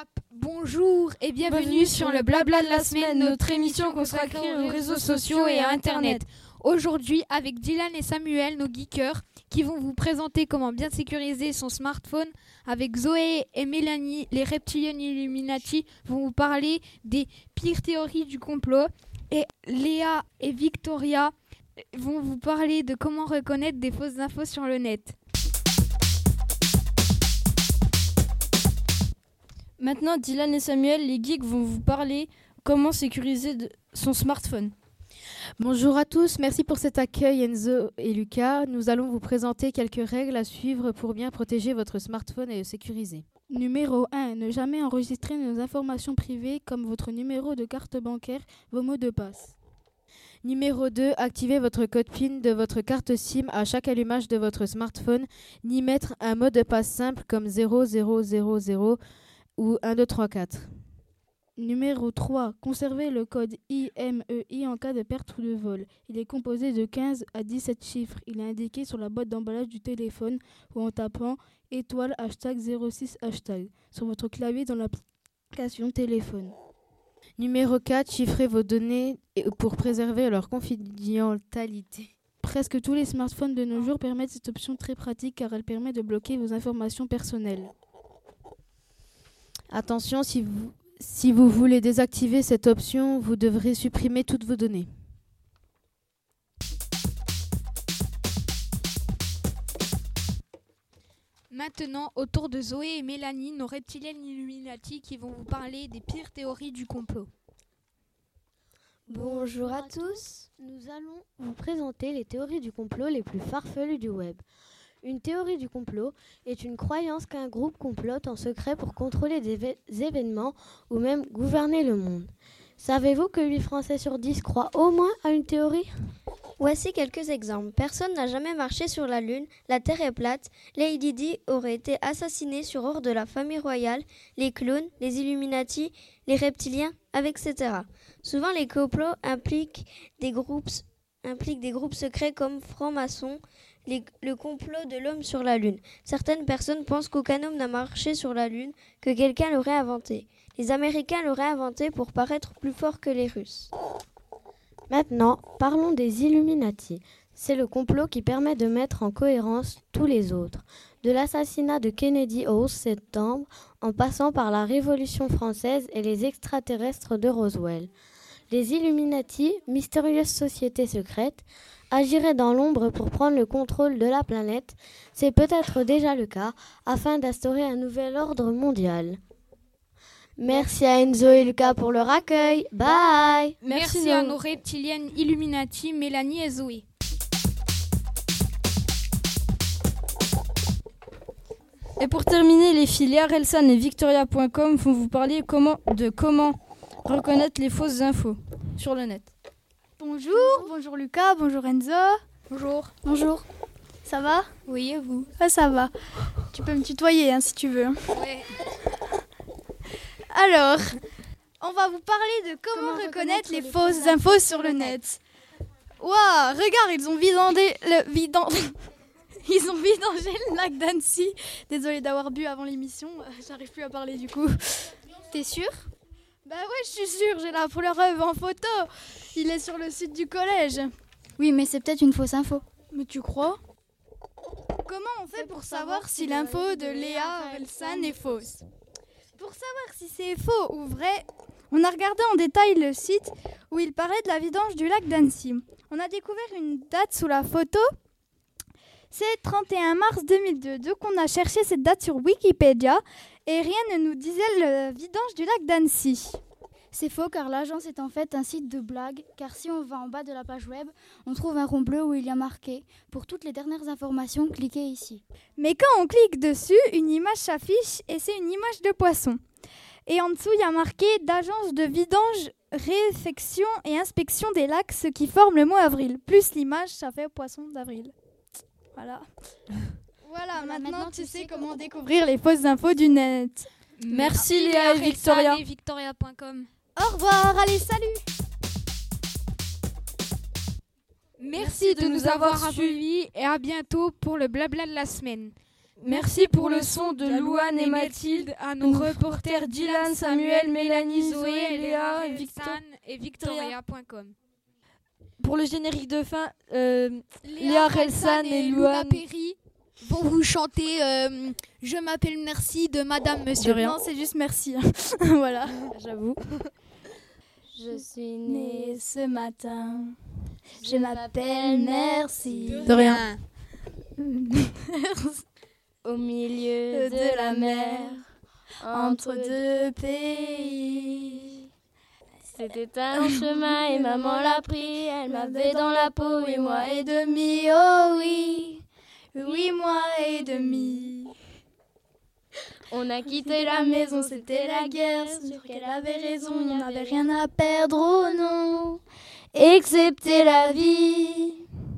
Bonjour et bienvenue sur le Blabla de la semaine, notre émission consacrée aux réseaux sociaux et à Internet. Aujourd'hui, avec Dylan et Samuel, nos geekers, qui vont vous présenter comment bien sécuriser son smartphone. Avec Zoé et Mélanie, les reptiliennes Illuminati, vont vous parler des pires théories du complot. Et Léa et Victoria vont vous parler de comment reconnaître des fausses infos sur le net. Maintenant, Dylan et Samuel, les geeks, vont vous parler comment sécuriser son smartphone. Bonjour à tous, merci pour cet accueil Enzo et Lucas. Nous allons vous présenter quelques règles à suivre pour bien protéger votre smartphone et le sécuriser. Numéro 1. Ne jamais enregistrer nos informations privées comme votre numéro de carte bancaire, vos mots de passe. Numéro 2. Activez votre code PIN de votre carte SIM à chaque allumage de votre smartphone, ni mettre un mot de passe simple comme 0000 ou 1234. Numéro 3. Conservez le code IMEI en cas de perte ou de vol. Il est composé de 15 à 17 chiffres. Il est indiqué sur la boîte d'emballage du téléphone ou en tapant étoile #06 sur votre clavier dans l'application téléphone. Numéro 4. Chiffrez vos données pour préserver leur confidentialité. Presque tous les smartphones de nos jours permettent cette option très pratique car elle permet de bloquer vos informations personnelles. Attention, si vous voulez désactiver cette option, vous devrez supprimer toutes vos données. Maintenant, autour de Zoé et Mélanie, nos reptiliennes Illuminati qui vont vous parler des pires théories du complot. Bonjour à tous, nous allons vous présenter les théories du complot les plus farfelues du web. Une théorie du complot est une croyance qu'un groupe complote en secret pour contrôler des événements ou même gouverner le monde. Savez-vous que 8 Français sur 10 croient au moins à une théorie ? Voici quelques exemples. Personne n'a jamais marché sur la Lune, la Terre est plate, Lady Di aurait été assassinée sur ordre de la famille royale, les clones, les Illuminati, les reptiliens, etc. Souvent les complots impliquent des groupes secrets comme francs-maçons, le complot de l'homme sur la Lune. Certaines personnes pensent qu'aucun homme n'a marché sur la Lune, que quelqu'un l'aurait inventé. Les Américains l'auraient inventé pour paraître plus forts que les Russes. Maintenant, parlons des Illuminati. C'est le complot qui permet de mettre en cohérence tous les autres. De l'assassinat de Kennedy au 11 septembre, en passant par la Révolution française et les extraterrestres de Roswell. Les Illuminati, mystérieuse société secrète, agiraient dans l'ombre pour prendre le contrôle de la planète. C'est peut-être déjà le cas, afin d'instaurer un nouvel ordre mondial. Merci à Enzo et Lucas pour leur accueil. Bye. Merci à nos reptiliennes Illuminati, Mélanie et Zoé. Et pour terminer, les filles Léa Relsan et Victoria.com vont vous parler comment reconnaître les fausses infos sur le net. Bonjour Lucas, bonjour Enzo. Bonjour. Ça va ? Oui, et vous ? Ouais, ça va. Tu peux me tutoyer si tu veux. Ouais. Alors, on va vous parler de comment reconnaître les fausses infos sur le net. Waouh, regarde, ils ont vidangé le lac d'Annecy. Désolée d'avoir bu avant l'émission, j'arrive plus à parler du coup. T'es sûr ? Bah ouais, je suis sûre, j'ai la preuve en photo. Il est sur le site du collège. Oui, mais c'est peut-être une fausse info. Mais tu crois ? Comment on fait pour savoir si l'info de Léa Relsan est fausse ? Pour savoir si c'est faux ou vrai, on a regardé en détail le site où il parlait de la vidange du lac d'Annecy. On a découvert une date sous la photo. C'est 31 mars 2002. Donc on a cherché cette date sur Wikipédia et rien ne nous disait la vidange du lac d'Annecy. C'est faux car l'agence est en fait un site de blague, car si on va en bas de la page web, on trouve un rond bleu où il y a marqué « Pour toutes les dernières informations, cliquez ici ». Mais quand on clique dessus, une image s'affiche et c'est une image de poisson. Et en dessous, il y a marqué « D'agence de vidange, réfection et inspection des lacs », ce qui forme le mot avril. Plus l'image, ça fait poisson d'avril. Voilà. Voilà, maintenant tu sais comment découvrir les fausses infos du net. Merci Léa et Victoria. Victoria.com. Au revoir, allez, salut. Merci de nous avoir suivis et à bientôt pour le blabla de la semaine. Merci pour le son de Louane et Mathilde, à nos reporters Dylan, Samuel, Mélanie, Zoé, Léa et et Victoria.com. Pour le générique de fin, Léa Relsan et Louane Perry vont vous chanter Je m'appelle Merci de Madame Monsieur. rien. Non, c'est juste merci. Voilà. J'avoue. Je suis née ce matin. Je m'appelle Merci. De rien. Au milieu de la mer, entre deux pays. C'était un long chemin et maman l'a pris. Elle m'avait dans la peau 8 mois et demi. Oh oui, 8 mois et demi. On a quitté la maison, c'était la guerre. Sûr qu'elle avait raison, il n'y avait rien à perdre, oh non, excepté la vie.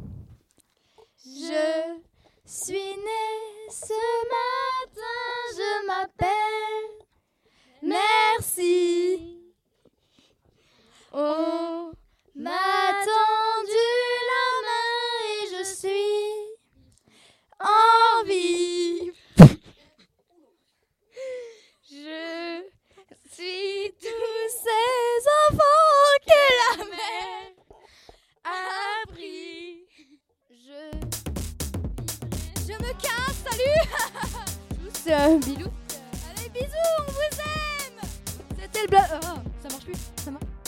Je suis née ce matin, je m'appelle Merci. On m'a tendu la main et je suis en vie. Je suis tous ces enfants que la mer a pris. Je me casse, salut. Bisous. Allez, bisous, on vous aime. C'était le ça marche plus, ça marche.